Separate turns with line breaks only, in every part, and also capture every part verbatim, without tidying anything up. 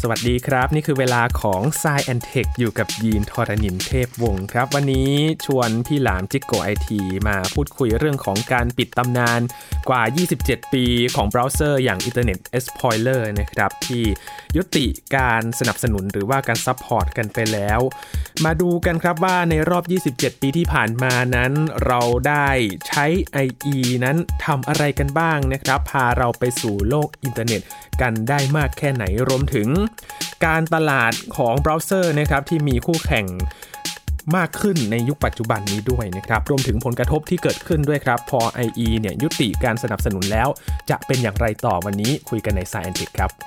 สวัสดีครับนี่คือเวลาของ Science แอนด์ Tech อยู่กับยีนทรณินเทพวงศ์ครับวันนี้ชวนพี่หลามจิกโก ไอ ที มาพูดคุยเรื่องของการปิดตำนานกว่ายี่สิบเจ็ดปีของเบราว์เซอร์อย่าง Internet Explorer นะครับที่ยุติการสนับสนุนหรือว่าการซัพพอร์ตกันไปแล้วมาดูกันครับว่าในรอบยี่สิบเจ็ดปีที่ผ่านมานั้นเราได้ใช้ ไอ อี นั้นทำอะไรกันบ้างนะครับพาเราไปสู่โลกอินเทอร์เน็ตกันได้มากแค่ไหนรวมถึงการตลาดของเบราว์เซอร์นะครับที่มีคู่แข่งมากขึ้นในยุคปัจจุบันนี้ด้วยนะครับรวมถึงผลกระทบที่เกิดขึ้นด้วยครับพอ ไอ อี เนี่ยยุติการสนับสนุนแล้วจะเป็นอย่างไรต่อวันนี้คุยกันใน Science แอนด์ Tech ครับ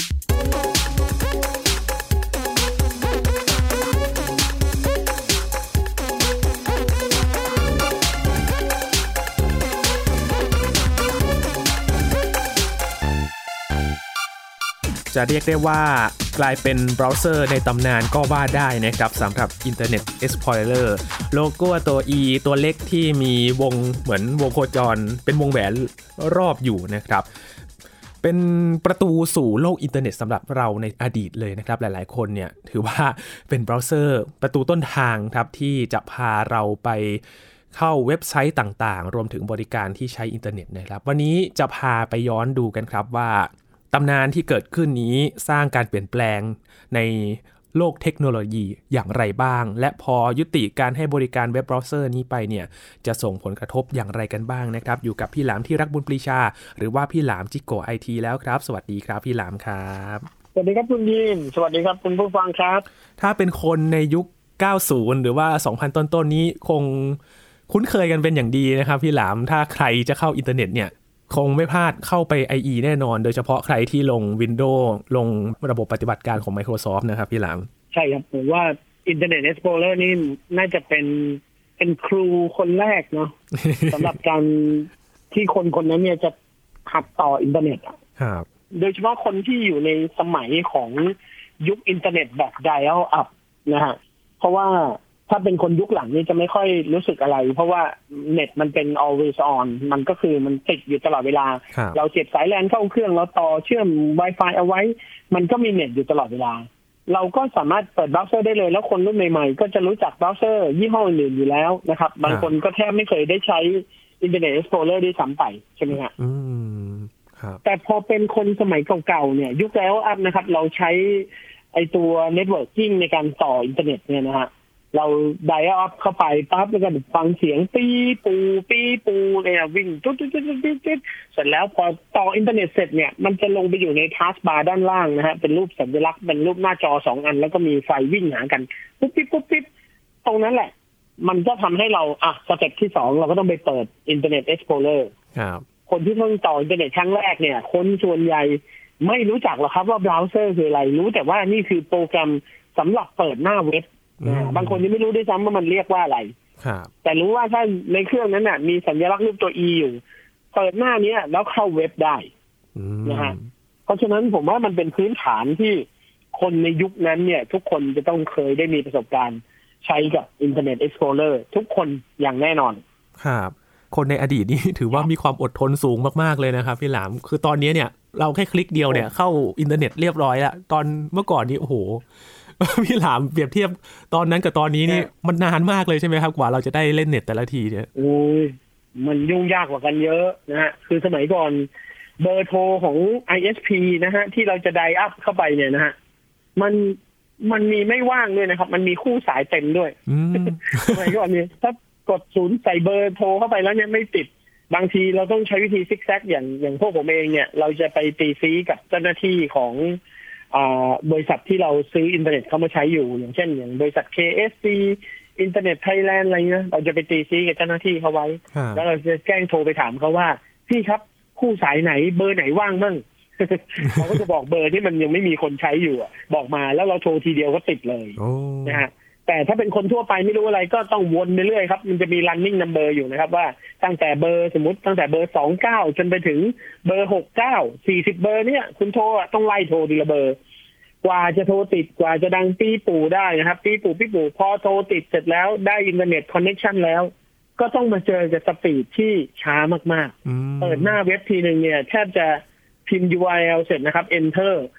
จะเรียกได้ว่ากลายเป็นเบราว์เซอร์ในตำนานก็ว่าได้นะครับสำหรับ Internet Explorer โลโก้ตัว E ตัวเล็กที่มีวงเหมือนวงโคจรเป็นวงแหวนรอบอยู่นะครับเป็นประตูสู่โลกอินเทอร์เน็ตสำหรับเราในอดีตเลยนะครับหลายๆคนเนี่ยถือว่าเป็นเบราว์เซอร์ประตูต้นทางครับที่จะพาเราไปเข้าเว็บไซต์ต่างๆรวมถึงบริการที่ใช้อินเทอร์เน็ตนะครับวันนี้จะพาไปย้อนดูกันครับว่าตำนานที่เกิดขึ้นนี้สร้างการเปลี่ยนแปลงในโลกเทคโนโลยีอย่างไรบ้างและพอยุติการให้บริการเว็บเบราว์เซอร์นี้ไปเนี่ยจะส่งผลกระทบอย่างไรกันบ้างนะครับอยู่กับพี่หลามที่รักบุญปรีชาหรือว่าพี่หลามจิโก ไอ ที แล้วครับสวัสดีครับพี่หลามครับ
สวัสดีครับคุณยินสวัสดีครับคุณผู้ฟังครับ
ถ้าเป็นคนในยุคเก้าสิบหรือว่าสองพันต้นๆนี้คงคุ้นเคยกันเป็นอย่างดีนะครับพี่หลามถ้าใครจะเข้าอินเทอร์เน็ตเนี่ยคงไม่พลาดเข้าไป ไอ อี แน่นอนโดยเฉพาะใครที่ลง Windows ลงระบบปฏิบัติการของ Microsoft นะครับพี่หลาม
ใช่ครับผมว่า Internet Explorer นี่น่าจะเป็นเป็นครูคนแรกเนาะ สำหรับการที่คนคนนั้นเนี่ยจะหัดต่ออินเทอร์เน็ต
ครับ
โดยเฉพาะคนที่อยู่ในสมัยของยุคอินเทอร์เน็ตแบบ dial up นะฮะเพราะว่าถ้าเป็นคนยุคหลังนี่จะไม่ค่อยรู้สึกอะไรเพราะว่าเน็ตมันเป็น always on มันก็คือมันติดอยู่ตลอดเวลาเราเสียบสายแลนเข้าเครื่องเราต่อเชื่อม Wi-Fi เอาไว้มันก็มีเน็ตอยู่ตลอดเวลาเราก็สามารถเปิดเบราว์เซอร์ได้เลยแล้วคนรุ่นใหม่ๆก็จะรู้จักเบราว์เซอร์ยี่ห้ออื่นอยู่แล้วนะครับบางคนก็แทบไม่เคยได้ใช้ Internet Explorer ด้วยซ้ำไปใช่ไหมฮะ
อืมครับ
แต่พอเป็นคนสมัยเก่าๆเนี่ยยุคแล้วอัพนะครับเราใช้ไอตัว networking ในการต่ออินเทอร์เน็ตเนี่ยนะฮะเราไดอะอัพเข้าไปปั๊บแล้วก็ฟังเสียงปีปูปีปูเนี่ยวิ่งตุ๊ดตุ๊ดตุ๊ดตุ๊ดตุ๊ดเสร็จแล้วพอต่ออินเทอร์เน็ตเสร็จเนี่ยมันจะลงไปอยู่ในทัสบาร์ด้านล่างนะฮะเป็นรูปสัญลักษณ์เป็นรูปหน้าจอสองอันแล้วก็มีไฟวิ่งหากันปุ๊บปิ๊บปุ๊บปิ๊บตรงนั้นแหละมันก็ทำให้เราอ่ะสเต็ปที่สองเราก็ต้องไปเปิด Internet Explorer
ครับ
คนที่เพิ่งต่ออินเทอร์เน็ตครั้งแรกเนี่ยคนส่วนใหญ่ไม่รู้จักหรอกครับว่าเบราว์เซอร์คืออะไรรู้แต่ว่านี่คือโปรแกรมสำหรับเปิดหน้าเว็บบางคนยังไม่รู้ด้วยซ้ำว่ามันเรียกว่าอะไรแต่รู้ว่าถ้าในเครื่องนั้นน่ะมีสัญลักษณ์รูปตัว E อยู่เปิดหน้านี้แล้วเข้าเว็บได้นะฮะเพราะฉะนั้นผมว่ามันเป็นพื้นฐานที่คนในยุคนั้นเนี่ยทุกคนจะต้องเคยได้มีประสบการณ์ใช้กับ Internet Explorer ทุกคนอย่างแน่นอน
ครับคนในอดีตนี่ถือว่ามีความอดทนสูงมากๆเลยนะครับพี่หลามคือตอนนี้เนี่ยเราแค่คลิกเดียวเนี่ยเข้าอินเทอร์เน็ตเรียบร้อยแล้วตอนเมื่อก่อนนี้โอ้โหพี่หลามเปรียบเทียบตอนนั้นกับตอนนี้นี่มันนานมากเลยใช่ไหมครับกว่าเราจะได้เล่นเน็ตแต่ละทีเนี่ย
โอ้ยมันยุ่งยากกว่ากันเยอะนะฮะคือสมัยก่อนเบอร์โทรของ ไอ เอส พี นะฮะที่เราจะไดอัพเข้าไปเนี่ยนะฮะมันมันมีไม่ว่างด้วยนะครับมันมีคู่สายเต็มด้วยสมัยก่อนเนี่ยถ้ากดศูนย์ใส่เบอร์โทรเข้าไปแล้วเนี่ยไม่ติดบางทีเราต้องใช้วิธีซิกแซกอย่างอย่างพวกผมเองเนี่ยเราจะไปตีซีกับเจ้าหน้าที่ของบริษัทที่เราซื้ออินเทอร์เน็ตเข้ามาใช้อยู่อย่างเช่นอย่างบริษัท เค เอส ซี อินเทอร์เน็ตไทยแลนด์อะไรเงี้ยเราจะไปตีซีกับเจ้าหน้าที่เขาไว้แล้วเราจะแกล้งโทรไปถามเขาว่าพี่ครับคู่สายไหนเบอร์ไหนว่างมั่ง เขาก็จะบอกเบอร์ที่มันยังไม่มีคนใช้อยู่บอกมาแล้วเราโทรทีเดียวก็ติดเลยนะฮะแต่ถ้าเป็นคนทั่วไปไม่รู้อะไรก็ต้องวนไปเรื่อยครับมันจะมี running number อยู่นะครับว่าตั้งแต่เบอร์สมมติตั้งแต่เบอร์สองสิบเก้าจนไปถึงเบอร์หกสิบเก้า สี่สิบเบอร์เนี่ยคุณโทรต้องไล่โทรทีละเบอร์กว่าจะโทรติดกว่าจะดังปีปู่ได้นะครับปีปู่ปีปู่พอโทรติดเสร็จแล้วได้อินเทอร์เน็ตคอนเนคชั่นแล้วก็ต้องมาเจอกับสปีดที่ช้ามากๆเปิดหน้าเว็บทีนึงเนี่ยแทบจะพิมพ์ ยู อาร์ แอล เสร็จนะครับ enter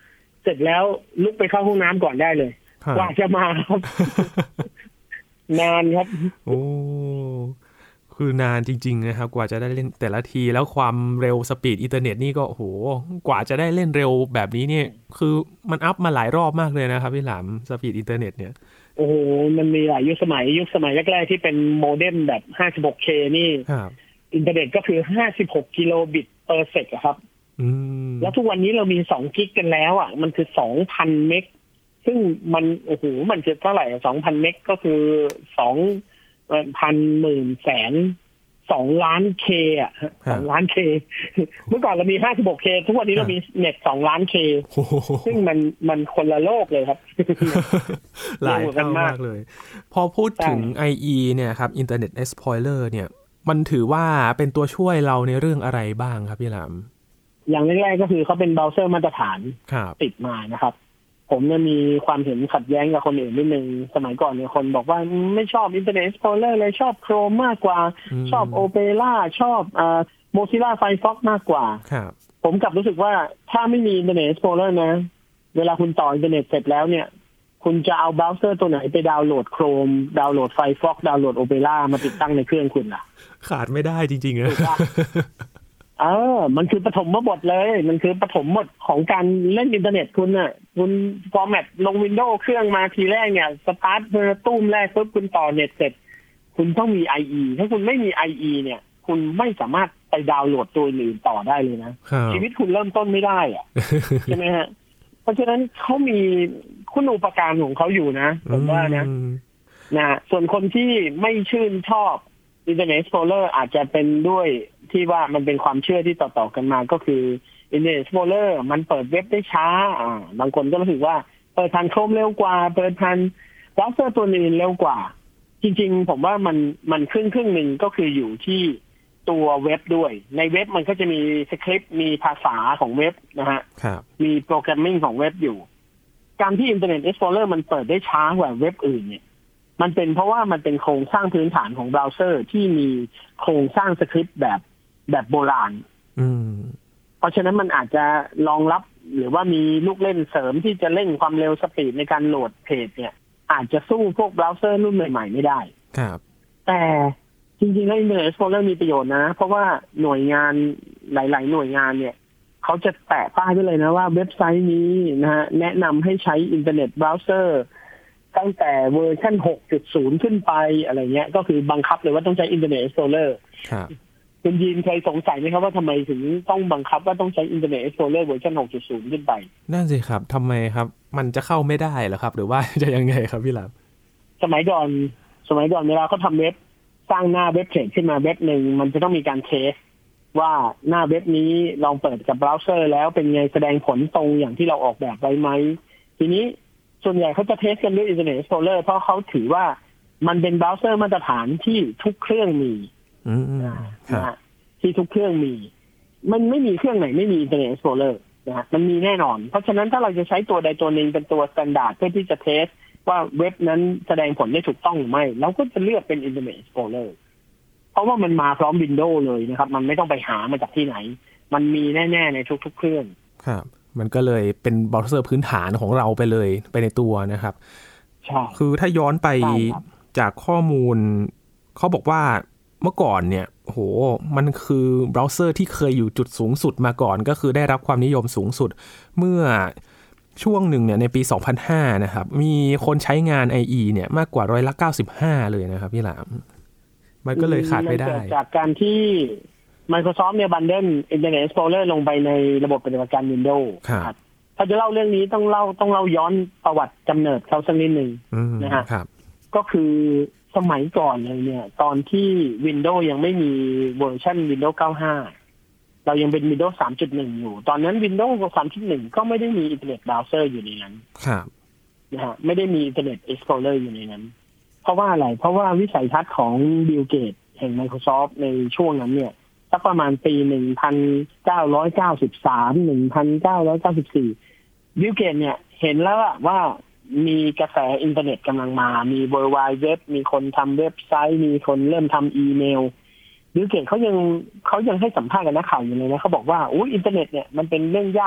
เสร็จแล้วลุกไปเข้าห้องน้ำก่อนได้เลยกว่าจะมาครับ นานครับ
โอ้คือนานจริงๆนะครับกว่าจะได้เล่นแต่ละทีแล้วความเร็วสปีดอินเทอร์เน็ตนี่ก็โหกว่าจะได้เล่นเร็วแบบนี้เนี่ยคือมันอัพมาหลายรอบมากเลยนะครับพี่หลามสปีดอินเทอร์เน็ตเนี่ย
โอ้โหมันมีหลายยุคสมัยยุคสมัยแรกๆที่เป็นโมเด็มแบบ ห้าสิบหกเค นี่อินเทอร์เน็ตก็คือห้าสิบหกกิโลบิตเปอร์เซกครับแล้วทุกวันนี้เรามีสองกิกกันแล้วอ่ะมันคือ สองพัน เมกซึ่งมันโอ้โหมันจะเท่าไหร่ สองพัน เมกก็คือสองพันหมื่นแสนสองล้านเคอ่ะสองล้านเคเมื่อก่อนเรามีห้าสิบหกเคทุกวันนี้เรามีเน็ตสองล้านเคซึ่งมันมันคนละโลกเลยครับ
หลายเท่ามากเลยพอพูดถึง ไอ อี เนี่ยครับ Internet Explorer เนี่ยมันถือว่าเป็นตัวช่วยเราในเรื่องอะไรบ้างครับพี่หลาม
อย่างแรกๆก็คือเขาเป็นเบราว์เซอร์มาตรฐานติดมานะครับผมเนี่ยมีความเห็นขัดแย้งกับคนอื่นนิดนึงสมัยก่อนเนี่ยคนบอกว่าไม่ชอบ Internet Explorer เลยชอบ Chrome มากกว่าชอบ Opera ชอบอ่า Mozilla Firefox มากกว่าผมกลับรู้สึกว่าถ้าไม่มี Internet Explorer นะเวลาคุณต่ออินเทอร์เน็ตเสร็จแล้วเนี่ยคุณจะเอาเบราว์เซอร์ตัวไหนไปดาวน์โหลด Chrome ดาวน์โหลด Firefox ดาวน์โหลด Opera มาติดตั้งในเครื่องคุณล่ะ
ขาดไม่ได้จริงๆนะ
เออมันคือปฐมบทเลยมันคือปฐมบทของการเล่นอินเทอร์เน็ตคุณน่ะคุณฟอร์แมตลง Windows เครื่องมาทีแรกเนี่ยสตาร์ทเบอร์ตุ้มแรกปุ๊บคุณต่อเน็ตเสร็จคุณต้องมี ไอ อี ถ้าคุณไม่มี ไอ อี เนี่ยคุณไม่สามารถไปดาวน์โหลดตัวอื่นต่อได้เลยนะชีวิตคุณเริ่มต้นไม่ได้อ่ะใช่ไหมฮะเพราะฉะนั้นเขามีคุณูปการของเขาอยู่นะผมว่านะนะส่วนคนที่ไม่ชื่นชอบInternet Explorer อาจจะเป็นด้วยที่ว่ามันเป็นความเชื่อที่ต่อๆกันมาก็คือ Internet Explorer มันเปิดเว็บได้ช้าอ่าบางคนก็รู้สึกว่าเปิดทัน Chrome เร็วกว่าเปิดทันเบราว์เซอร์ตัวอื่นเร็วกว่าจริงๆผมว่ามันมันครึ่งครึ่งหนึ่งก็คืออยู่ที่ตัวเว็บด้วยในเว็บมันก็จะมีสคริปต์มีภาษาของเว็บนะฮะมีโปรแกรมมิ่งของเว็บอยู่การที่ Internet Explorer มันเปิดได้ช้ากว่าเว็บอื่นเนี่ยมันเป็นเพราะว่ามันเป็นโครงสร้างพื้นฐานของเบราว์เซอร์ที่มีโครงสร้างสคริปต์แบบแบบโบราณเพราะฉะนั้นมันอาจจะรองรับหรือว่ามีลูกเล่นเสริมที่จะเร่งความเร็วสปีดในการโหลดเพจเนี่ยอาจจะสู้พวกเบราว์เซอร์รุ่นใหม่ๆไม่ได้
ครับ
แต่จริงๆแล้ว Internet Explorer มีประโยชน์นะเพราะว่าหน่วยงานหลายๆหน่วยงานเนี่ยเขาจะแปะป้ายไว้เลยนะว่าเว็บไซต์นี้นะฮะแนะนำให้ใช้อินเทอร์เน็ตเบราว์เซอร์ตั้งแต่เวอร์ชัน หกจุดศูนย์ ขึ้นไปอะไรเงี้ยก็คือบังคับเลยว่าต้องใช้ Internet Explorer
ครับ
คุณยีนเคยสงสัยไหมครับว่าทำไมถึงต้องบังคับว่าต้องใช้ Internet Explorer เวอร์ชัน หกจุดศูนย์ ขึ้นไป
นั่นสิครับทำไมครับมันจะเข้าไม่ได้เหรอครับหรือว่าจะยังไงครับพี่หลาม
สมัยก่อนสมัยก่อนเวลาเขาทำเว็บสร้างหน้าเว็บเพจขึ้นมาเว็บหนึ่งมันจะต้องมีการเทสว่าหน้าเว็บนี้ลองเปิดกับเบราว์เซอร์แล้วเป็นไงแสดงผลตรงอย่างที่เราออกแบบไว้ไหมทีนี้ส่วนใหญ่เขาจะเทสกันด้วย Internet Explorer เพราะเขาถือว่ามันเป็นเบราว์เซอร์มาตรฐานที่ทุกเครื่องมีนะที่ทุกเครื่องมีมันไม่มีเครื่องไหนไม่มี Internet Explorer นะฮะมันมีแน่นอนเพราะฉะนั้นถ้าเราจะใช้ตัวใดตัวหนึ่งเป็นตัว standard เพื่อที่จะเทสว่าเว็บนั้นแสดงผลได้ถูกต้องหรือไม่เราก็จะเลือกเป็น Internet Explorer เพราะว่ามันมาพร้อม Windows เลยนะครับมันไม่ต้องไปหามาจากที่ไหนมันมีแน่ๆในทุกๆเครื่อง
ครับมันก็เลยเป็นเบราว์เซอร์พื้นฐานของเราไปเลยไปในตัวนะครับ
ใช่
คือถ้าย้อนไปจากข้อมูลเขาบอกว่าเมื่อก่อนเนี่ยโหมันคือเบราว์เซอร์ที่เคยอยู่จุดสูงสุดมาก่อนก็คือได้รับความนิยมสูงสุดเมื่อช่วงหนึ่งเนี่ยในปีสองพันห้านะครับมีคนใช้งาน ไอ อี เนี่ยมากกว่าร้อยละเก้าสิบห้าเลยนะครับพี่หลามมันก็เลยขาดไม่ได้
จากการที่ Microsoft เนี่ยบันเดิล Internet Explorer ลงไปในระบบปฏิบัติการ Windows
ครับ
ถ้าจะเล่าเรื่องนี้ต้องเล่าต้องเล่าย้อนประวัติกำเนิดเขาสักนิดนึงนะฮะก็คือสมัยก่อนเลยเนี่ยตอนที่ Windows ยังไม่มีเวอร์ชัน Windows เก้าสิบห้าเรายังเป็น Windows สามจุดหนึ่ง อยู่ตอนนั้น Windows สามจุดหนึ่ง ก็ไม่ได้มี Internet Browser อยู่ในนั้น
ครับ
นะฮะไม่ได้มี Internet Explorer อยู่ในนั้นเพราะว่าอะไรเพราะว่าวิสัยทัศน์ของ Bill Gates แห่ง Microsoft ในช่วงนั้นเนี่ยสักประมาณปี หนึ่งพันเก้าร้อยเก้าสิบสาม หนึ่งพันเก้าร้อยเก้าสิบสี่ Bill Gates เนี่ยเห็นแล้วว่ามีกระแสอินเทอร์เน็ตกำลังมามี World Wide Web มีคนทำเว็บไซต์มีคนเริ่มทำอีเมลBill Gatesเขายังเขายังให้สัมภาษณ์กับนักข่าวอยู่เลยนะเขาบอกว่าโอ้อินเทอร์เน็ตเนี่ยมันเป็นเรื่องยาก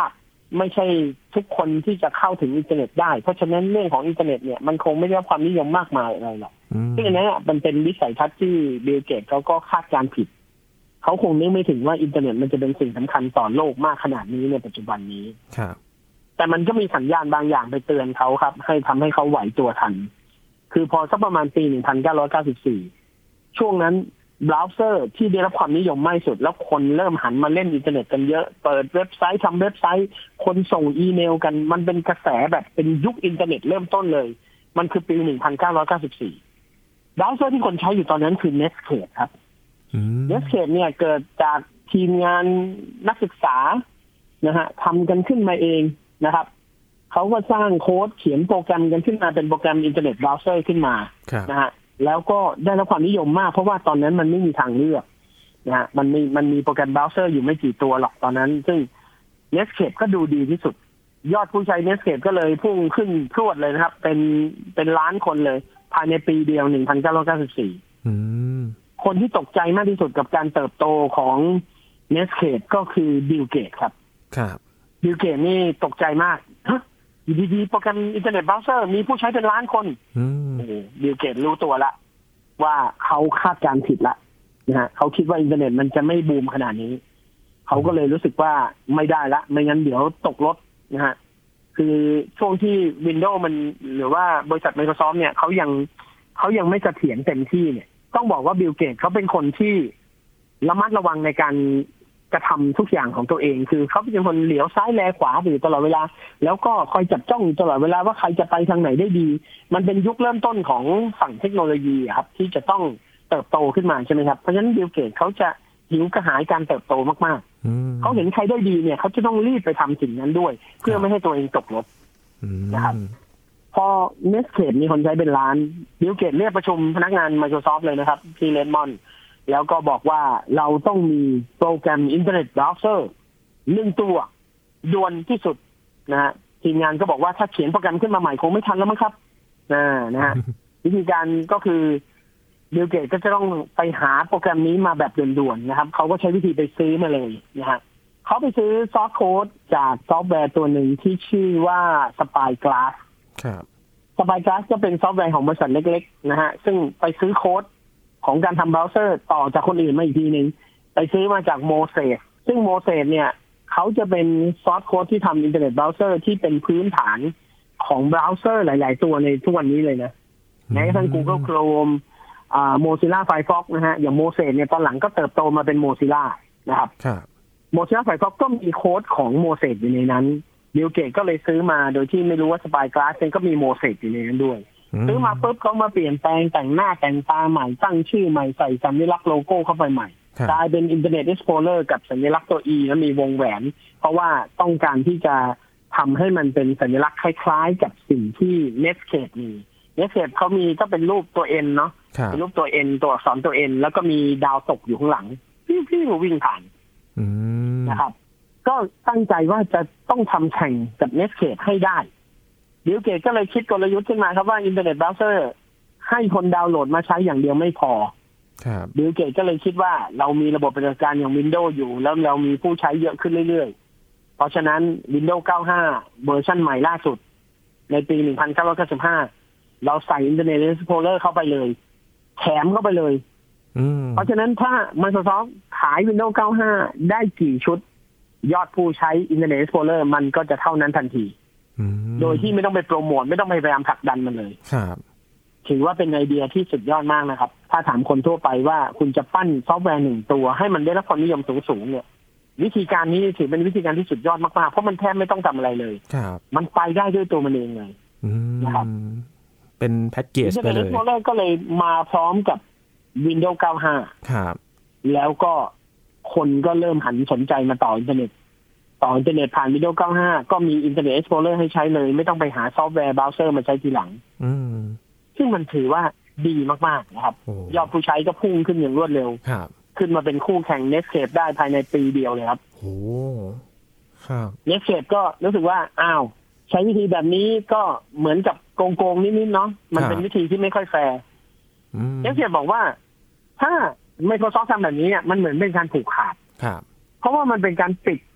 ไม่ใช่ทุกคนที่จะเข้าถึงอินเทอร์เน็ตได้เพราะฉะนั้นเรื่องของอินเทอร์เน็ตเนี่ยมันคงไม่ได้รับความนิยมมากมายอะไรหรอกซึ่งอันนี้มันเป็นวิสัยทัศน์ที่บิล เกตส์เขาก็คาดการณ์ผิดเขาคงนึกไม่ถึงว่าอินเทอร์เน็ตมันจะเป็นสิ่งสำคัญต่อโลกมากขนาดนี้ในปัจจุบันนี้
ครับ
แต่มันก็มีสัญญาณบางอย่างไปเตือนเขาครับให้ทำให้เขาไหวตัวทันคือพอสักประมาณปีหนึ่งพันเก้าร้อยเก้าสิบสี่ช่วงนั้นเบราว์เซอร์ที่ได้รับความนิยมมากที่สุดแล้วคนเริ่มหันมาเล่นอินเทอร์เน็ตกันเยอะเปิดเว็บไซต์ทำเว็บไซต์คนส่งอีเมลกันมันเป็นกระแสแบบเป็นยุคอินเทอร์เน็ตเริ่มต้นเลยมันคือปีหนึ่งพันเก้าร้อยเก้าสิบสี่เบราว์เซอร์ที่คนใช้อยู่ตอนนั้นคือ Netscape ครับ Netscape เนี่ยเกิดจากทีมงานนักศึกษานะฮะทำกันขึ้นมาเองนะครับเขาก็สร้างโค้ดเขียนโปรแกรมกันขึ้นมาเป็นโปรแกรมอินเทอร์เน็ตเบราว์เซอร์ขึ้นมานะฮะแล้วก็ได้รับความนิยมมากเพราะว่าตอนนั้นมันไม่มีทางเลือกนะฮะมันมีมันมีโปรแกรมเบราว์เซอร์อยู่ไม่กี่ตัวหรอกตอนนั้นซึ่ง Netscape ก็ดูดีที่สุดยอดผู้ใช้ Netscape ก็เลยพุ่งขึ้นพรวดเลยนะครับเป็นเป็นล้านคนเลยภายในปีเดียวหนึ่งพันเก้าร้อยเก้าสิบสี่อืมคนที่ตกใจมากที่สุดกับการเติบโตของ Netscape ก็คือบิล เกตส์ครับ
ครับ
บิล เกตส์นี่ตกใจมากฮะอยู่ดีๆโปรแกรมอินเทอร์เน็ตเบราว์เซอร์มีผู้ใช้เป็นล้านคนโอ้โหบิล เกตส์รู้ตัวละว่าเขาคาดการณ์ผิดละนะฮะเขาคิดว่าอินเทอร์เน็ตมันจะไม่บูมขนาดนี้เขาก็เลยรู้สึกว่าไม่ได้ละไม่งั้นเดี๋ยวตกรถนะฮะคือช่วงที่ Windows มันหรือว่าบริษัท Microsoft เนี่ยเขายังเขายังไม่เสถียรเต็มที่เนี่ยต้องบอกว่าบิล เกตส์เขาเป็นคนที่ระมัดระวังในการกระทำทุกอย่างของตัวเองคือเขาเป็นคนเหลียวซ้ายแลขวาอยู่ตลอดเวลาแล้วก็คอยจับจ้องตลอดเวลาว่าใครจะไปทางไหนได้ดีมันเป็นยุคเริ่มต้นของฝั่งเทคโนโลยีครับที่จะต้องเติบโตขึ้นมาใช่ไหมครับเพราะฉะนั้นบิล เกตส์เขาจะหิวกระหายการเติบโตมากๆเขาเห็นใครได้ดีเนี่ยเขาจะต้องรีบไปทำสิ่งนั้นด้วยเพื่อไม่ให้ตัวเองตกรถนะครับพอ Netscape มีคนใช้เป็นล้านบิล เกตส์เรียกประชุมพนักงาน Microsoft เลยนะครับที่เรดมอนด์แล้วก็บอกว่าเราต้องมีโปรแกรมอินเทอร์เน็ตเบราว์เซอร์หนึ่งตัวด่วนที่สุดนะฮะทีมงานก็บอกว่าถ้าเขียนโปรแกรมขึ้นมาใหม่คงไม่ทันแล้วมั้งครับนะนะฮะ วิธีการก็คือบิล เกตส์ก็จะต้องไปหาโปรแกรมนี้มาแบบด่วนๆนะครับเขาก็ใช้วิธีไปซื้อมาเลยนะฮะเขาไปซื้อซอสโค้ดจากซอฟต์แวร์ตัวหนึ่งที่ชื่อว่า Spyglass
ครับ
Spyglass ก็เป็นซอฟต์แวร์ของบริษัทเล็กๆนะฮะซึ่งไปซื้อโค้ดของการทำเบราว์เซอร์ต่อจากคนอื่นมาอีกทีนึงไปซื้อมาจากโมเสสซึ่งโมเสสเนี่ยเขาจะเป็นซอสโค้ดที่ทำอินเทอร์เน็ตเบราว์เซอร์ที่เป็นพื้นฐานของเบราว์เซอร์หลายๆตัวในทุกวันนี้เลยนะแม้กระทั่ง Google Chrome อ่า Mozilla Firefox นะฮะอย่างโมเสสเนี่ยตอนหลังก็เติบโตมาเป็น Mozilla นะครับMozilla Firefox ก็มีโค้ดของโมเสสอยู่ในนั้นบิล เกตส์ก็เลยซื้อมาโดยที่ไม่รู้ว่า Spyglass เองก็มีโมเสสอยู่ในนั้นด้วยซื้อมาปุ๊บเขามาเปลี่ยนแปลงแต่งหน้าแต่งตาใหม่ตั้งชื่อใหม่ใส่สัญลักษณ์โลโก้เข้าไปใหม่กลายเป็น Internet Explorer กับสัญลักษณ์ตัว E แล้วมีวงแหวนเพราะว่าต้องการที่จะทำให้มันเป็นสัญลักษณ์คล้ายๆกับสิ่งที่ Netscape มี Netscape เขามีก็เป็นรูปตัว N เนาะเป็นรูปตัว N ตัวอักษรตัว N แล้วก็มีดาวตกอยู่ข้างหลังพี่ๆวิ่งผ่านนะครับก็ตั้งใจว่าจะต้องทำแข่งกับ Netscape ให้ได้บิล เกตส์ก็เลยคิดกลยุทธ์ขึ้นมาครับว่าอินเทอร์เน็ตเบราว์เซอร์ให้คนดาวน์โหลดมาใช้อย่างเดียวไม่พอบิล เกตส์ก็เลยคิดว่าเรามีระบบปฏิบัติการอย่าง Windows อยู่แล้วเรามีผู้ใช้เยอะขึ้นเรื่อยๆเพราะฉะนั้น Windows เก้าสิบห้าเวอร์ชันใหม่ล่าสุดในปีหนึ่งพันเก้าร้อยเก้าสิบห้าเราใส่ Internet Explorer เข้าไปเลยแถมเข้าไปเลยเพราะฉะนั้นถ้า Microsoft ขาย Windows เก้าสิบห้าได้กี่ชุดยอดผู้ใช้ Internet Explorer มันก็จะเท่านั้นทันทีโดยที่ไม่ต้องไปโปรโมทไม่ต้องไปพยายามผลักดันมันเลยครับถือว่าเป็นไอเดียที่สุดยอดมากนะครับถ้าถามคนทั่วไปว่าคุณจะปั้นซอฟต์แวร์หนึ่งตัวให้มันได้รับความนิยมสูงๆเนี่ยวิธีการนี้ถือเป็นวิธีการที่สุดยอดมากๆเพราะมันแทบไม่ต้องทำอะไรเลยครับมันไปได้ด้วยตัวมันเองเลยนะครับ
เป็นแพ็กเกจไปเลย
ก็เลยมาพร้อมกับ Windows เก้าสิบห้า
ครับ
แล้วก็คนก็เริ่มหันสนใจมาต่ออินเทอร์เน็ตต่ออินเทอร์เน็ตผ่าน Windows เก้าสิบห้าก็มี Internet Explorer ให้ใช้เลยไม่ต้องไปหาซอฟต์แวร์เบราว์เซอร์มาใช้ทีหลังซึ่งมันถือว่าดีมากๆนะครับยอดผู้ใช้ก็พุ่งขึ้นอย่างรวดเร็วขึ้นมาเป็นคู่แข่ง Netscape ได้ภายในปีเดียวเลยครับโอ้ครับ Netscape ก็รู้สึกว่าอ้าวใช้วิธีแบบนี้ก็เหมือนกับโกงๆนิดๆเนาะมันเป็นวิธีที่ไม่ค่อยแฟร์ Netscape บอกว่าถ้า Microsoft ทำแบบนี้เนี่ยมันเหมือนเป็นการผูกขาดเพราะว่ามันเป็นการปิด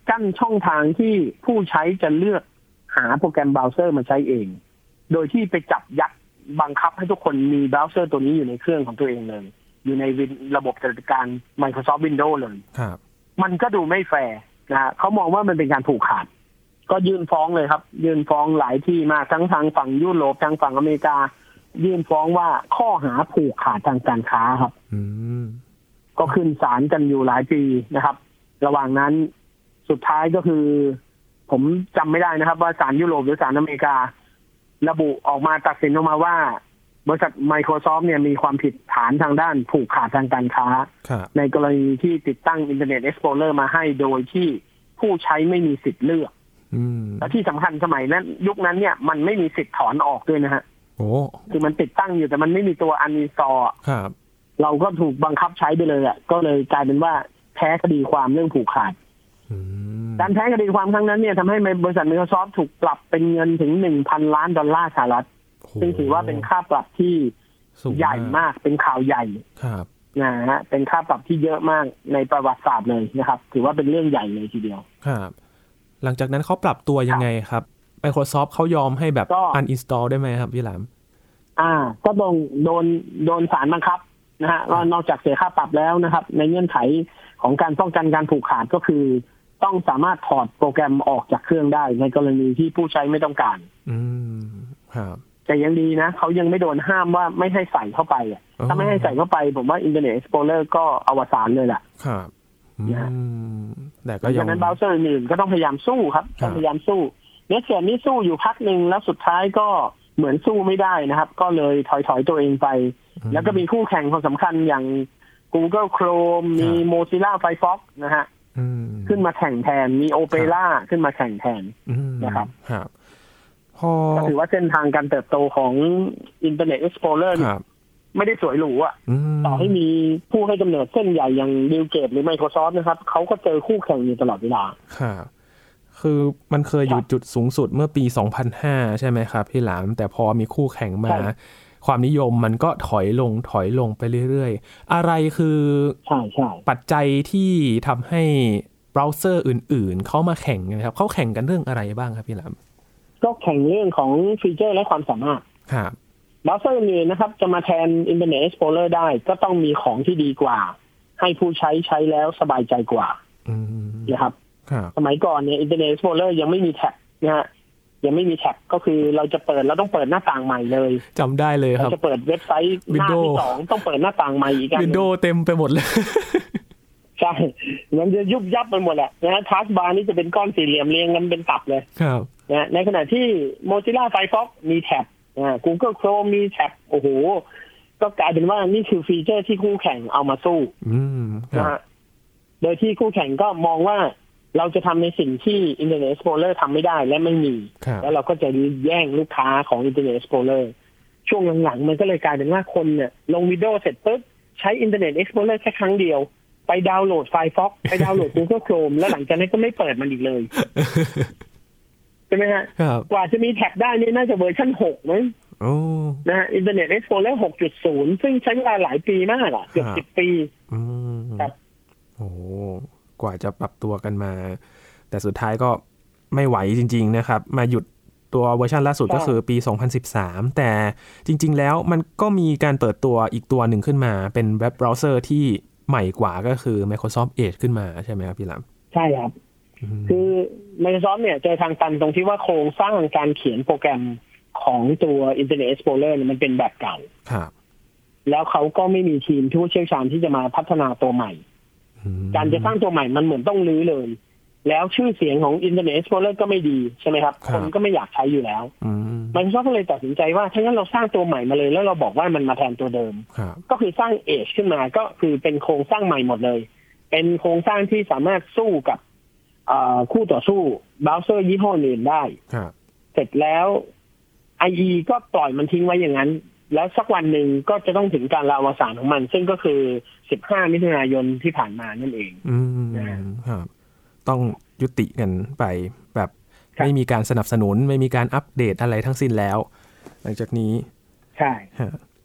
กั้นช่องทางที่ผู้ใช้จะเลือกหาโปรแกรมเบราว์เซอร์มาใช้เองโดยที่ไปจับยัดบังคับให้ทุกคนมีเบราว์เซอร์ตัวนี้อยู่ในเครื่องของตัวเองเลยอยู่ในระบบปฏิบัติการ Microsoft Windows เลย
ครับ
มันก็ดูไม่แฟร์นะฮะเขามองว่ามันเป็นการผูกขาดก็ยื่นฟ้องเลยครับยื่นฟ้องหลายที่มากทั้งทางฝั่งยุโรปทางฝั่งอเมริกายื่นฟ้องว่าข้อหาผูกขาดทางการค้าครับก็ขึ้นศาลกันอยู่หลายปีนะครับระหว่างนั้นสุดท้ายก็คือผมจำไม่ได้นะครับว่าศาลยุโรปหรือศาลอเมริการะบุออกมาตัดสินออกมาว่าบริษัท Microsoft เนี่ยมีความผิดฐานทางด้านผูกขาดทางการค้าในกรณีที่ติดตั้ง Internet Explorer มาให้โดยที่ผู้ใช้ไม่มีสิทธิ์เลือกและที่สำคัญสมัยนั้นยุคนั้นเนี่ยมันไม่มีสิทธิ์ถอนออกด้วยนะฮะโอ้คือมันติดตั้งอยู่แต่มันไม่มีตัว uninstall ครับเราก็ถูกบังคับใช้ไปเลยอ่ะก็เลยกลายเป็นว่าแพ้คดีความเรื่องผูกขาดการแพ้คดีความครั้งนั้นเนี่ยทำให้บริษัท Microsoft ถูกปรับเป็นเงินถึง หนึ่งพัน ล้านดอลลาร์สหรัฐซึ่งถือว่าเป็นค่าปรับที่ใหญ่มากเป็นข่าวใหญ่ครับนะฮะเป็นค่าปรับที่เยอะมากในประวัติศาสตร์เลยนะครับถือว่าเป็นเรื่องใหญ่เลยทีเดียว
ครับหลังจากนั้นเขาปรับตัวยังไงครับ Microsoft เขายอมให้แบบ uninstall ได้ไหมครับพี่หลาม
อ่าก็โดนโดนโดนศาลบังคับนะฮะนอกจากเสียค่าปรับแล้วนะครับในเงื่อนไขของการป้องกันการผูกขาดก็คือต้องสามารถถอดโปรแกรมออกจากเครื่องได้ในกรณีที่ผู้ใช้ไม่ต้องการอืมครับแต่ยังดีนะเขายังไม่โดนห้ามว่าไม่ให้ใส่เข้าไปอ่ะถ้าไม่ให้ใส่เข้าไปผมว่า Internet Explorer ก็อวสานเลยแหละครับนะแต่ก็ยังนั้นเบราว์เซอร์อื่นก็ต้องพยายามสู้ครับต้องพยายามสู้เน็ตเซียนี่สู้อยู่พักนึงแล้วสุดท้ายก็เหมือนสู้ไม่ได้นะครับก็เลยถอยๆตัวเองไปแล้วก็มีคู่แข่งคนสำคัญอย่าง Google Chrome มี Mozilla Firefox นะฮะขึ้นมาแข่งแทนมี Opera ขึ้นมาแข่งแทนนะครับก็ถือว่าเส้นทางการเติบโตของ Internet Explorer ไม่ได้สวยหรูอ่ะต่อให้มีผู้ให้กำเนิดเส้นใหญ่อย่าง Bill Gates หรือ Microsoft นะครับเขาก็เจอคู่แข่งอยู่ตลอดเวลาครับคือมันเคยอยู่จุดสูงสุดเมื่อปี สองพันห้า ใช่ไหมครับพี่หลามแต่พอมีคู่แข่งมาความนิยมมันก็ถอยลงถอยลงไปเรื่อยๆอะไรคือปัจจัยที่ทำให้เบราว์เซอร์อื่นๆเข้ามาแข่งนะครับเขาแข่งกันเรื่องอะไรบ้างครับพี่หลามก็แข่งเรื่องของฟีเจอร์และความสามารถครับเบราว์เซอร์อื่นนะครับจะมาแทน Internet Explorer ได้ก็ต้องมีของที่ดีกว่าให้ผู้ใช้ใช้แล้วสบายใจกว่านะครับสมัยก่อนเนี่ย Internet Explorer ยังไม่มีแท็บนะฮะยังไม่มีแท็บก็คือเราจะเปิดเราต้องเปิดหน้าต่างใหม่เลย
จำได้เลยครับ
เราจะเปิดเว็บไซต์หน้าที่สองต้องเปิดหน้าต่างใหม่อีกอัน
Windows เต็มไปหมดเลย
ใช่มันจะยุบยับไปหมดแหละนะฮะทัชบาร์นี่จะเป็นก้อนสี่เหลี่ยมเรียงกันเป็นตับเลยครับนะในขณะที่ Mozilla Firefox มีแท็บอ่า Google Chrome มีแท็บโอ้โหก็กลายเป็นว่านี่คือฟีเจอร์ที่คู่แข่งเอามาสู้นะฮะโดยที่คู่แข่งก็มองว่าเราจะทำในสิ่งที่ Internet Explorer ทำไม่ได้และไม่มีแล้วเราก็จะแย่งลูกค้าของ Internet Explorer ช่วงหลังๆมันก็เลยกลายเป็นว่าคนเนี่ยลง Windows เสร็จปุ๊บใช้ Internet Explorer แค่ครั้งเดียวไปดาวน์โหลด Firefox ไปดาวน์โหลด Google Chrome แล้วหลังจากนั้นก็ไม่เปิดมันอีกเลยใช่ไหมฮะกว่าจะมีแท็บได้นี่น่าจะเวอร์ชันหกมั้งนะฮะ Internet Explorer หกจุดศูนย์ ซึ่งใช้เวลาหลายปีมากอ่ะเกือบสิบปี
ครับโอ้กว่าจะปรับตัวกันมาแต่สุดท้ายก็ไม่ไหวจริงๆนะครับมาหยุดตัวเวอร์ชันล่าสุดก็คือปี สองพันสิบสาม แต่จริงๆแล้วมันก็มีการเปิดตัวอีกตัวหนึ่งขึ้นมาเป็นเว็บเบราว์เซอร์ที่ใหม่กว่าก็คือ Microsoft Edge ขึ้นมาใช่ไหมครับพี่ลำ
ใช่ครับคือ Microsoft เนี่ยเจอทางตันตรงที่ว่าโครงสร้างการเขียนโปรแกรมของตัว Internet Explorer เนี่ยมันเป็นแบบเก่าครับแล้วเขาก็ไม่มีทีมผู้เชี่ยวชาญที่จะมาพัฒนาตัวใหม่การจะสร้างตัวใหม่มันเหมือนต้องรื้อเลยแล้วชื่อเสียงของ Internet Explorer ก็ไม่ดีใช่ไหมครับคนก็ไม่อยากใช้อยู่แล้วMicrosoft ก็เลยตัดสินใจว่าถ้างั้นเราสร้างตัวใหม่มาเลยแล้วเราบอกว่ามันมาแทนตัวเดิมก็คือสร้าง Edge ขึ้นมาก็คือเป็นโครงสร้างใหม่หมดเลยเป็นโครงสร้างที่สามารถสู้กับคู่ต่อสู้เบราว์เซอร์ยี่ห้ออื่นได้เสร็จแล้ว ไอ อี ก็ปล่อยมันทิ้งไว้อย่างนั้นแล้วสักวันหนึ่งก็จะต้องถึงการลาอวสานของมันซึ่งก็คือสิบห้ามิถุนายนที่ผ่านมานั่นเองอืม
ครับต้องยุติกันไปแบบไม่มีการสนับสนุนไม่มีการอัปเดตอะไรทั้งสิ้นแล้วหลังจากนี้
ใช่
แต่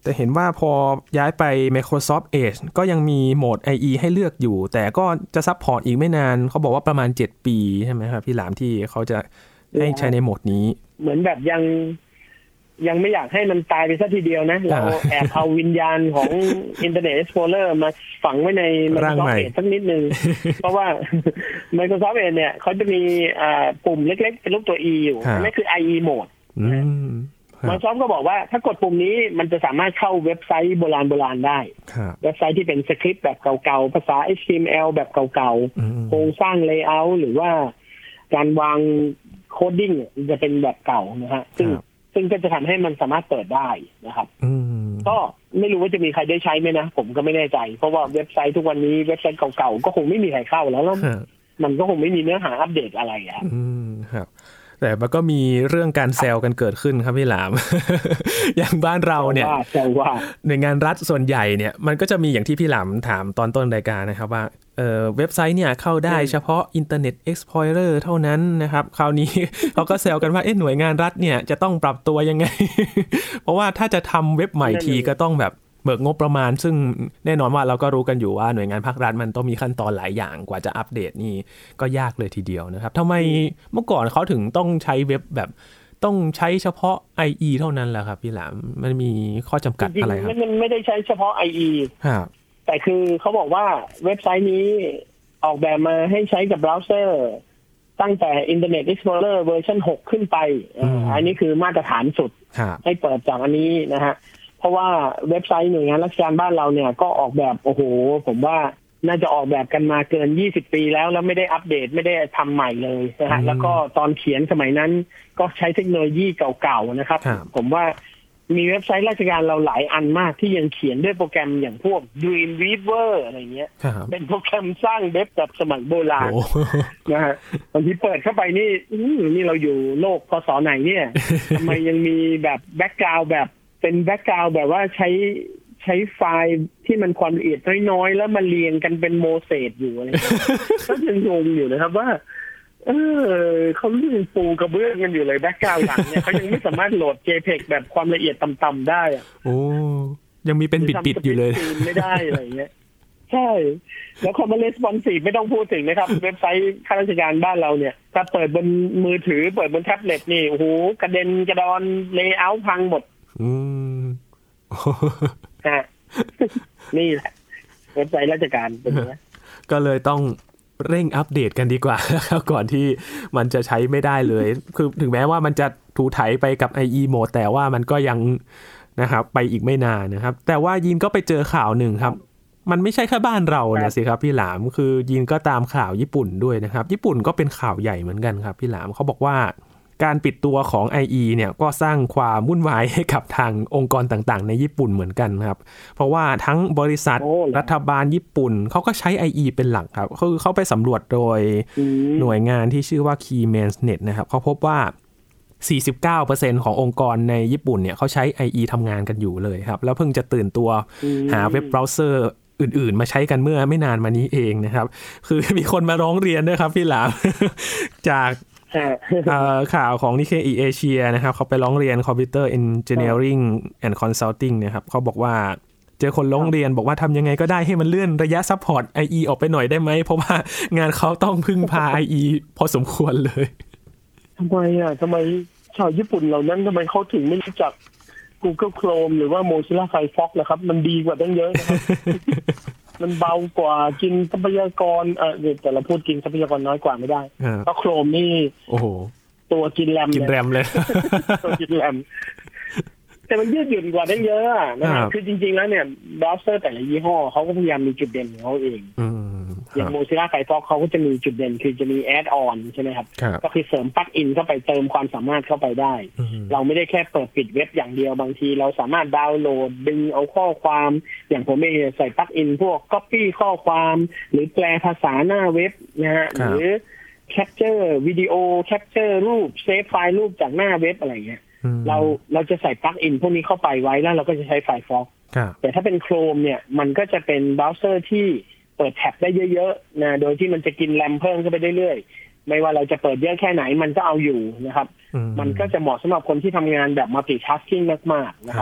แต่เห็นว่าพอย้ายไป Microsoft Edge ก็ยังมีโหมด ไอ อี ให้เลือกอยู่แต่ก็จะซัพพอร์ตอีกไม่นานเขาบอกว่าประมาณเจ็ดปีใช่ไหมครับพี่หลามที่เขาจะให้ใช้ในโหมดนี้
เหมือนแบบยังยังไม่อยากให้มันตายไปซะทีเดียวนะเราแอบเอาวิญญาณของ Internet Explorer มาฝังไว้ใน Microsoft Edge สักนิดนึง เพราะว่า Microsoft Edge เนี่ยเขาจะมีปุ่มเล็กๆเป็นรูปตัว E อยู่นั่นคือ ไอ อี Mode Microsoft ก็บอกว่าถ้ากดปุ่มนี้มันจะสามารถเข้าเว็บไซต์โบราณโบราณได้เว็บไซต์ที่เป็นสคริปต์แบบเก่าๆภาษา เอช ที เอ็ม แอล แบบเก่าๆโครงสร้าง layout หรือว่าการวางโคดดิ้งจะเป็นแบบเก่านะฮะซึ่งซึ่งก็จะทำให้มันสามารถเปิดได้นะครับก็ไม่รู้ว่าจะมีใครได้ใช้ไหมนะผมก็ไม่แน่ใจเพราะว่าเว็บไซต์ทุกวันนี้เว็บไซต์เก่าๆก็คงไม่มีใครเข้าแล้วแล้วมันก็คงไม่มีเนื้อหาอัปเดตอะไรอ่ะ
ครับแต่มันก็มีเรื่องการแซวกันเกิดขึ้นครับพี่หลาม อย่างบ้านเราเนี่ยหน่วยงานรัฐส่วนใหญ่เนี่ยมันก็จะมีอย่างที่พี่หลามถามตอนต้นรายการนะครับว่าเอ่อเว็บไซต์เนี่ยเข้าได้เฉพาะ Internet Explorer เท่านั้นนะครับคราวนี้ เขาก็แซวกันว่าเอ๊ะหน่วยงานรัฐเนี่ยจะต้องปรับตัวยังไง เพราะว่าถ้าจะทำเว็บใหม่ทีก็ต้องแบบเบิกงบประมาณซึ่งแน่นอนว่าเราก็รู้กันอยู่ว่าหน่วยงานภาครัฐมันต้องมีขั้นตอนหลายอย่างกว่าจะอัปเดตนี่ก็ยากเลยทีเดียวนะครับทำไมเมื่อก่อนเขาถึงต้องใช้เว็บแบบต้องใช้เฉพาะ ไอ อี เท่านั้นแหละครับพี่หลามมันมีข้อจำกัดอะไรครับ
มันไม่ได้ใช้เฉพาะ ไอ อี แต่คือเขาบอกว่าเว็บไซต์นี้ออกแบบมาให้ใช้กับเบราว์เซอร์ตั้งแต่ Internet Explorer เวอร์ชันหกขึ้นไปอันนี้คือมาตรฐานสุดให้เปิดจากอันนี้นะฮะเพราะว่าเว็บไซต์หน่วยงานราชการบ้านเราเนี่ยก็ออกแบบโอ้โหผมว่าน่าจะออกแบบกันมาเกินยี่สิบปีแล้วแล้วไม่ได้อัปเดตไม่ได้ทำใหม่เลยนะฮะแล้วก็ตอนเขียนสมัยนั้นก็ใช้เทคโนโลยีเก่าๆนะครับผมว่ามีเว็บไซต์ราชการเราหลายอันมากที่ยังเขียนด้วยโปรแกรมอย่างพวก Dreamweaver อะไรเงี้ยเป็นโปรแกรมสร้างเว็บแบบสมัยโบราณนะฮะบางทีเปิดเข้าไปนี่นี่เราอยู่โลกพศไหนเนี่ยทำไมยังมีแบบแบ็คกราวด์แบบเป็นแบ็คกราวด์แบบว่าใช้ใช้ไฟล์ที่มันความละเอียดน้อยๆแล้วมาเรียงกันเป็นโมเสสอยู่อะไรก็ยังงงอยู่นะครับว่าเออเขาเรื่องปูกระเบื้องกันอยู่เลยแบ็คกราวด์หลังเนี่ยเขายังไม่สามารถโหลด เจ พี อี จี แบบความละเอียดต่ำๆได้อ่ะ
โอ้ยังมีเป็นบิดๆอยู่เลย
ไม่ได้อะไรเงี้ยใช่แล้วคอมมานด์ responsive ไม่ต้องพูดถึงนะครับเว็บไซต์ข้าราชการบ้านเราเนี่ยถ้าเปิดบนมือถือเปิดบนแท็บเล็ตนี่โอ้โหกระเด็นกระดอนเลเยอร์พังหมด
อืม
ฮะนี่แหละเว็บไซต์ราชการเป็นไง
ก็เลยต้องเร่งอัปเดตกันดีกว่าครับก่อนที่มันจะใช้ไม่ได้เลยคือถึงแม้ว่ามันจะถูไถไปกับ ไอ อี Mode แต่ว่ามันก็ยังนะครับไปอีกไม่นานนะครับแต่ว่ายินก็ไปเจอข่าวหนึ่งครับมันไม่ใช่แค่บ้านเรานะสิครับพี่หลามคือยินก็ตามข่าวญี่ปุ่นด้วยนะครับญี่ปุ่นก็เป็นข่าวใหญ่เหมือนกันครับพี่หลามเขาบอกว่าการปิดตัวของ ไอ อี เนี่ยก็สร้างความวุ่นวายให้กับทางองค์กรต่างๆในญี่ปุ่นเหมือนกันครับเพราะว่าทั้งบริษัทรัฐบาลญี่ปุ่นเขาก็ใช้ ไอ อี เป็นหลักครับคือเขาไปสำรวจโดยหน่วยงานที่ชื่อว่า Keymansnet นะครับเขาพบว่า สี่สิบเก้าเปอร์เซ็นต์ ขององค์กรในญี่ปุ่นเนี่ยเขาใช้ ไอ อี ทำงานกันอยู่เลยครับแล้วเพิ่งจะตื่นตัวหาเว็บเบราว์เซอร์อื่นๆมาใช้กันเมื่อไม่นานมานี้เองนะครับคือมีคนมาร้องเรียนด้วยครับพี่หลาม จากข่าวของ Nikkei Asia นะครับเขาไปร้องเรียน Computer Engineering and Consulting นะครับเขาบอกว่าเจอคนร้องเรียนบอกว่าทำยังไงก็ได้ให้มันเลื่อนระยะซัพพอร์ต ไอ อี ออกไปหน่อยได้ไหมเพราะว่างานเขาต้องพึ่งพา ไอ อี พอสมควรเลย
ทำไมอ่ะทำไมชาวญี่ปุ่นเหล่านั้นทำไมเขาถึงไม่รู้จัก Google Chrome หรือว่า Mozilla Firefox นะครับมันดีกว่าตั้งเยอะนะครับ มันเบากว่ากินทรัพยากรเออแต่เราพูดกินทรัพยากรน้อยกว่าไม่ได้เพราะ Chrome นี่
โอ้โห
ตัวกินแรม
กินแรมเลย
ตัวกินแรมแต่มันยืดหยุ่นกว่าตั้งเยอะนะคือจริงๆแล้วเนี่ยเบราว์เซอร์แต่ละยี่ห้อเขาก็พยายามมีจุดเด่นของเขาเองอย่าง Mozilla Firefox เขาก็จะมีจุดเด่นคือจะมี add-on ใช่ไหมครับก็คือเสริมปลั๊กอินเข้าไปเติมความสามารถเข้าไปได้เราไม่ได้แค่เปิดปิดเว็บอย่างเดียวบางทีเราสามารถดาวน์โหลดดึงเอาข้อความอย่างผมเองใส่ปลั๊กอินพวก copy ข้อความหรือแปลภาษาหน้าเว็บนะฮะหรือ capture วิดีโอ capture รูป save ไฟล์รูปจากหน้าเว็บอะไรเงี้ยเราเราจะใส่ปลั๊กอินพวกนี้เข้าไปไว้แล้วเราก็จะใช้ Firefox แต่ถ้าเป็น Chrome เนี่ยมันก็จะเป็นเบราว์เซอร์ที่เปิดแท็บได้เยอะๆนะโดยที่มันจะกินแรมเพิ่มขึ้นไปเรื่อยๆไม่ว่าเราจะเปิดเยอะแค่ไหนมันก็เอาอยู่นะครับมันก็จะเหมาะสำหรับคนที่ทำงานแบบ multitasking มากๆนะครับ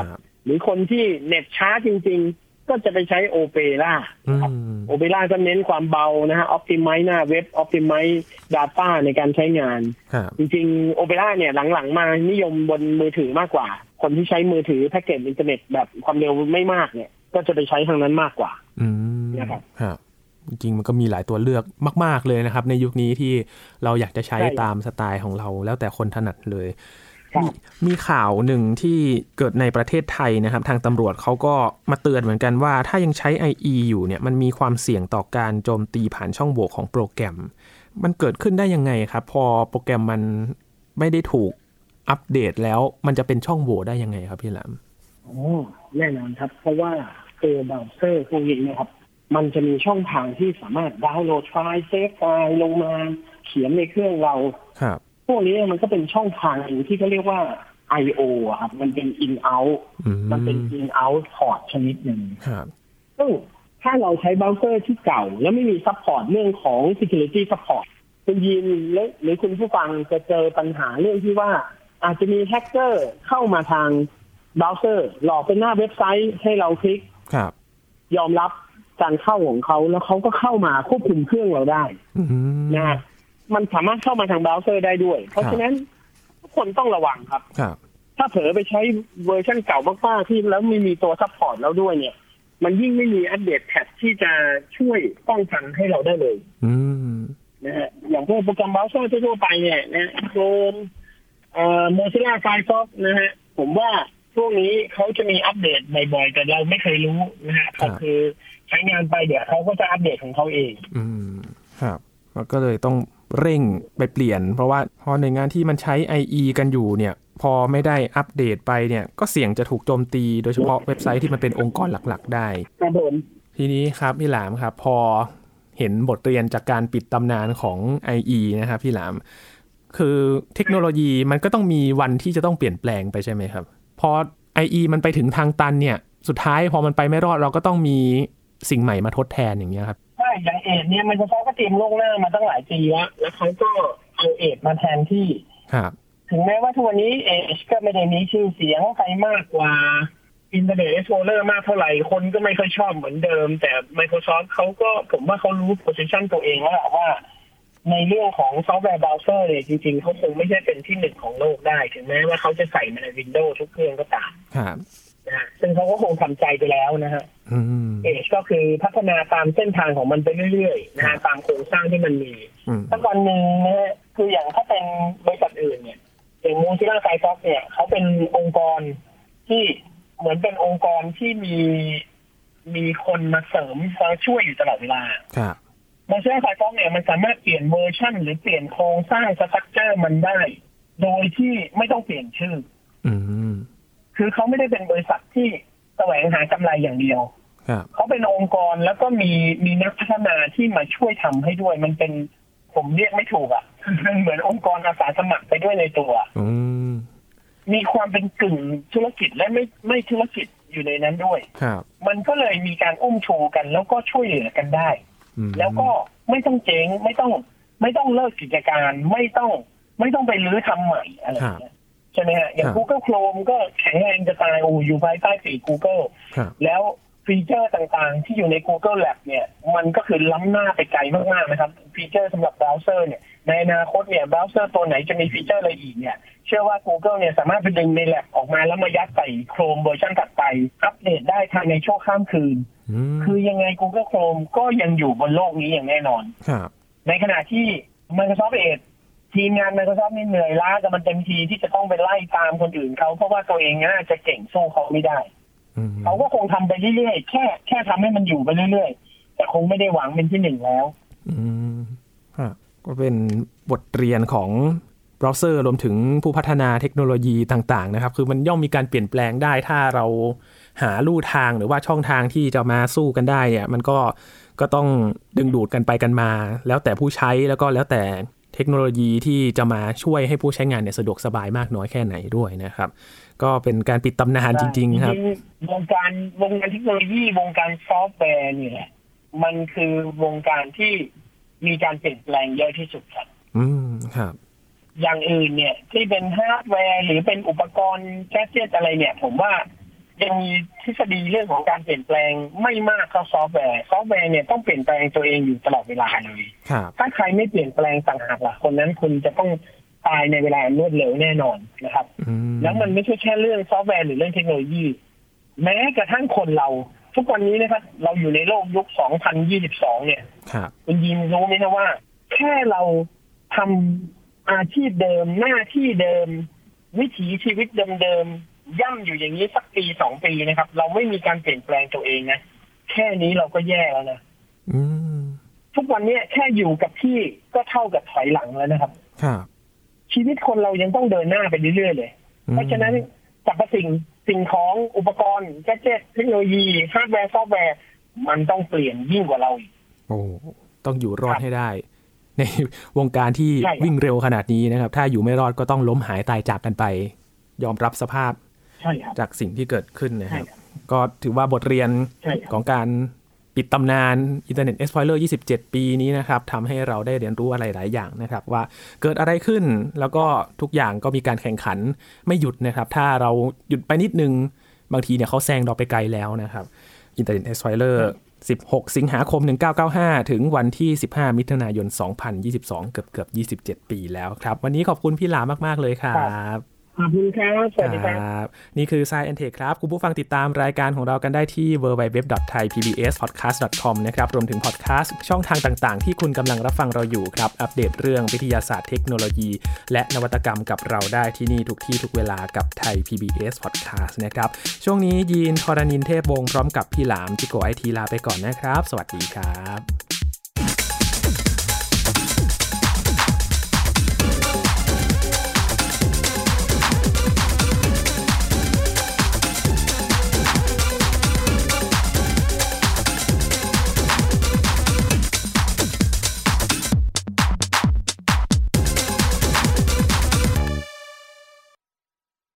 หรือคนที่เน็ตช้าจริงๆก็จะไปใช้ Opera นะครับ Opera ก็เน้นความเบานะฮะ Optimize หน้าเว็บ Optimize Data ในการใช้งานจริงๆ Opera เนี่ยหลังๆมานิยมบนมือถือมากกว่าคนที่ใช้มือถือแพ็กเกจอินเทอร์เน็ตแบบความเร็วไม่มากเนี่ยก็จะไปใช้ทางนั้นมากกว่านะครับ
จริงๆมันก็มีหลายตัวเลือกมากๆเลยนะครับในยุคนี้ที่เราอยากจะใช้ตามสไตล์ของเราแล้วแต่คนถนัดเลยม, มีข่าวหนึ่งที่เกิดในประเทศไทยนะครับทางตำรวจเขาก็มาเตือนเหมือนกันว่าถ้ายังใช้ ไอ อี อยู่เนี่ยมันมีความเสี่ยงต่อการโจมตีผ่านช่องโหว่ของโปรแกรมมันเกิดขึ้นได้ยังไงครับพอโปรแกรมมันไม่ได้ถูกอัปเดตแล้วมันจะเป็นช่องโหว่ได้ยังไงครับพี่หลาม
โอ้แน่นอนครับเพราะว่าตัวเบราว์เซอร์พวกนี้นะครับมันจะมีช่องทางที่สามารถดาวน์โหลดไฟล์เซฟไฟล์ลงมาเขียนในเครื่องเรา
ครับ
พวกนี้มันก็เป็นช่องทางหนึ่งที่เขาเรียกว่า ไอ โอ ครับมันเป็น in out มันเป็น in out port ชนิดหนึ่ง
ครับ
ซึ่งถ้าเราใช้เบราว์เซอร์ที่เก่าแล้วไม่มีซัพพอร์ตเรื่องของ security support คุณยินหรือคุณผู้ฟังจะเจอปัญหาเรื่องที่ว่าอาจจะมีแฮกเกอร์เข้ามาทางเบราว์เซอร์หลอกเป็นหน้าเว็บไซต์ให้เราคลิกยอมรับการเข้าของเขาแล้วเขาก็เข้ามาควบคุมเครื่องเราได้นะมันสามารถเข้ามาทางเบราว์เซอร์ได้ด้วยเพราะฉะนั้นทุกคนต้องระวังครับถ้าเผลอไปใช้เวอร์ชันเก่ามากๆที่แล้วไม่มีตัวซัพพอร์ตแล้วด้วยเนี่ยมันยิ่งไม่มีอัปเดตแพทที่จะช่วยป้องกันให้เราได้เลยนะฮะอย่างพวกโปรแกรมเบราว์เซอร์ทั่วไปเนี่ยนะโครมเอ่อ Mozilla Firefox นะฮะผมว่าพวกนี้เขาจะมีอัปเดตบ่อยๆแต่เราไม่เคยรู้นะฮะก็คือใช้งานไปเดี๋ยวเขาก็จะอัปเดตของเขาเอง
อืมครับมันก็เลยต้องเร่งไปเปลี่ยนเพราะว่าพอในงานที่มันใช้ ไอ อี กันอยู่เนี่ยพอไม่ได้อัปเดตไปเนี่ยก็เสี่ยงจะถูกโจมตีโดยเฉพาะเว็บไซต์ที่มันเป็นองค์กรหลักๆได้
ครับผม
ทีนี้ครับพี่หลามครับพอเห็นบทเรียนจากการปิดตำนานของ ไอ อี นะครับพี่หลามคือเทคโนโลยีมันก็ต้องมีวันที่จะต้องเปลี่ยนแปลงไปใช่ไหมครับพอ ไอ อี มันไปถึงทางตันเนี่ยสุดท้ายพอมันไปไม่รอดเราก็ต้องมีสิ่งใหม่มาทดแทนอย่างเงี้ยครับ
ใช่อย่างเอดเนี่ยมันจะเขาก็เตรียมล่วงหน้ามาตั้งหลายปีแล้วแล้วเขาก็เอาเอดมาแทนที่
ครับ
ถึงแม้ว่าทุกวันนี้เอดก็ไม่ได้มีชื่อเสียงใครมากกว่า Internet Explorer มากเท่าไหร่คนก็ไม่ค่อยชอบเหมือนเดิมแต่ Microsoft เขาก็ผมว่าเขารู้ position ตัวเองแล้วว่าในเรื่องของซอฟต์แวร์เบราว์เซอร์เนี่ยจริงๆเขาคงไม่ใช่เป็นที่หนึ่งของโลกได้ถึงแม้ว่าเขาจะใส่มาใน Windows ทุกเครื่องก็ตาม
ครับ
นะซึ่งเขาก็คงทำใจไปแล้วนะฮะเอชก็คือพัฒนาตามเส้นทางของมันไปเรื่อยๆนะฮะตามโครงสร้างที่มันมีสักวันหนึ่งนะฮะคืออย่างถ้าเป็นบริษัทอื่นเนี่ยอย่าง Mozilla Firefox เนี่ยเขาเป็นองค์กรที่เหมือนเป็นองค์กรที่มีมีคนมาเสริมมาช่วยอยู่ตลอดเวลา
ครับ
Mozilla Firefox เนี่ยมันสามารถเปลี่ยนเวอร์ชันหรือเปลี่ยนโครงสร้างสตรัคเจอร์มันได้โดยที่ไม่ต้องเปลี่ยนชื่อ
อืม
คือเขาไม่ได้เป็นบริษัทที่แสวงหากำไรอย่างเดียวเขาเป็นองค์กรแล้วก็มีมีนักพัฒนาที่มาช่วยทำให้ด้วยมันเป็นผมเรียกไม่ถูกอ่ะมันเหมือนองค์กรอาสาสมัครไปด้วยในตัวมีความเป็นกึ่งธุรกิจและไม่ไม่ธุรกิจอยู่ในนั้นด้วยมันก็เลยมีการอุ้มชูกันแล้วก็ช่วยเหลือกันได้แล้วก็ไม่ต้องเจ๊งไม่ต้องไม่ต้องเลิกกิจการไม่ต้องไม่ต้องไปรื้อทำใหม่อะไรอย่างเงี้ยใช่ไหมฮะอย่าง Google Chrome ก็แข็งแรงจะตายโอ้อยู่ภายใต้ปีก Google แล้วฟีเจอร์ต่างๆที่อยู่ใน Google Lab เนี่ยมันก็คือล้ำหน้าไปไกลมากๆนะครับฟีเจอร์สำหรับเบราว์เซอร์เนี่ยในอนาคตเนี่ยเบราว์เซอร์ตัวไหนจะมีฟีเจอร์อะไรอีกเนี่ยเชื่อว่า Google เนี่ยสามารถไปดึงใน Lab ออกมาแล้วมายัดใส่ Chrome เวอร์ชันถัดไปอัปเดตได้ภายในชั่วข้ามคืนคือยังไง Google Chrome ก็ยังอยู่บนโลกนี้อย่างแน่นอนในขณะที่ Microsoft Edgeทีมงาน Microsoft นี่เหนื่อยล้ากับมันเต็มทีที่จะต้องไปไล่ตามคนอื่นเขาเพราะว่าตัวเองน่าจะเก่งสู้เขาไม่ได้เขาก็คงทำไปเรื่อยๆแค่แค่ทำให้มันอยู่ไปเรื่อยๆแต่คงไม่ได้หวังเป็นที่หนึ่งแล้ว
อืมฮะก็เป็นบทเรียนของเบราว์เซอร์รวมถึงผู้พัฒนาเทคโนโลยีต่างๆนะครับคือมันย่อมมีการเปลี่ยนแปลงได้ถ้าเราหาลู่ทางหรือว่าช่องทางที่จะมาสู้กันได้เนี่ยมันก็ก็ต้องดึงดูดกันไปกันมาแล้วแต่ผู้ใช้แล้วก็แล้วแต่เทคโนโลยีที่จะมาช่วยให้ผู้ใช้งานเนี่ยสะดวกสบายมากน้อยแค่ไหนด้วยนะครับก็เป็นการปิดตำนานจริงๆครับ
วงการวงการเทคโนโลยีวงการซอฟต์แวร์นี่แหละมันคือวงการที่มีการเปลี่ยนแปลงเยอะที่สุดครับ
อืมครับ
อย่างอื่นเนี่ยที่เป็นฮาร์ดแวร์หรือเป็นอุปกรณ์แกดเจ็ตอะไรเนี่ยผมว่ายังมีทฤษฎีเรื่องของการเปลี่ยนแปลงไม่มากเท่าซอฟต์แวร์ซอฟต์แวร์เนี่ยต้องเปลี่ยนแปลงตัวเองอยู่ตลอดเวลาเลยถ้าใครไม่เปลี่ยนแปลงต่างหากล่ะคนนั้นคุณจะต้องตายในเวลารวดเร็วแน่นอนนะครับแล้วมันไม่ใช่แค่เรื่องซอฟต์แวร์หรือเรื่องเทคโนโลยีแม้กระทั่งคนเราทุกวันนี้นะครับเราอยู่ในโลกยุคสองพันยี่สิบสองเนี่ยคุณยินรู้ไหมนะว่าแค่เราทำอาชีพเดิมหน้าที่เดิมวิถีชีวิตเดิมๆย่ำอยู่อย่างนี้สักปีสองปีนะครับเราไม่มีการเปลี่ยนแปลงตัวเองนะแค่นี้เราก็แย่แล้วนะทุกวันนี้แค่อยู่กับที่ก็เท่ากับถอยหลังแล้วนะครับชีวิตคนเรายังต้องเดินหน้าไปเรื่อยๆเลยเพราะฉะนั้นสรรพสิ่งสิ่งของอุปกรณ์แกดเจ็ตเทคโนโลยีฮาร์ดแวร์ซอฟต์แวร์มันต้องเปลี่ยนยิ่งกว่าเราอีก
โอ้ต้องอยู่รอดให้ได้ในวงการที่วิ่งเร็วขนาดนี้นะครับถ้าอยู่ไม่รอดก็ต้องล้มหายตายจากกันไปยอมรับสภาพจากสิ่งที่เกิดขึ้นนะครับก็ถือว่าบทเรียนของการปิดตำนาน Internet Explorer ยี่สิบเจ็ด ปีนี้นะครับทำให้เราได้เรียนรู้อะไรหลายอย่างนะครับว่าเกิดอะไรขึ้นแล้วก็ทุกอย่างก็มีการแข่งขันไม่หยุดนะครับถ้าเราหยุดไปนิดนึงบางทีเนี่ยเขาแซงเราไปไกลแล้วนะครับ Internet Explorer สิบหกสิงหาคมหนึ่งพันเก้าร้อยเก้าสิบห้าถึงวันที่สิบห้ามิถุนายนสองพันยี่สิบสองเกือบๆยี่สิบเจ็ดปีแล้วครับวันนี้ขอบคุณพี่หลามากๆเลยครับ
ขอบคุณครับสวัสดีครับ
นี่คือ Science and Tech ครับคุณผู้ฟังติดตามรายการของเรากันได้ที่ ดับเบิลยู ดับเบิลยู ดับเบิลยู ดอท ไทย พี บี เอส พอดแคสต์ ดอท คอม นะครับรวมถึงพอดแคสต์ช่องทางต่างๆที่คุณกำลังรับฟังเราอยู่ครับอัปเดตเรื่องวิทยาศาสตร์เทคโนโลยีและนวัตกรรมกับเราได้ที่นี่ทุกที่ทุกเวลากับไทย พี บี เอส Podcast นะครับช่วงนี้ยีนทรณินเทพวงศ์พร้อมกับพี่หลามจิโกไอทีลาไปก่อนนะครับสวัสดีครับ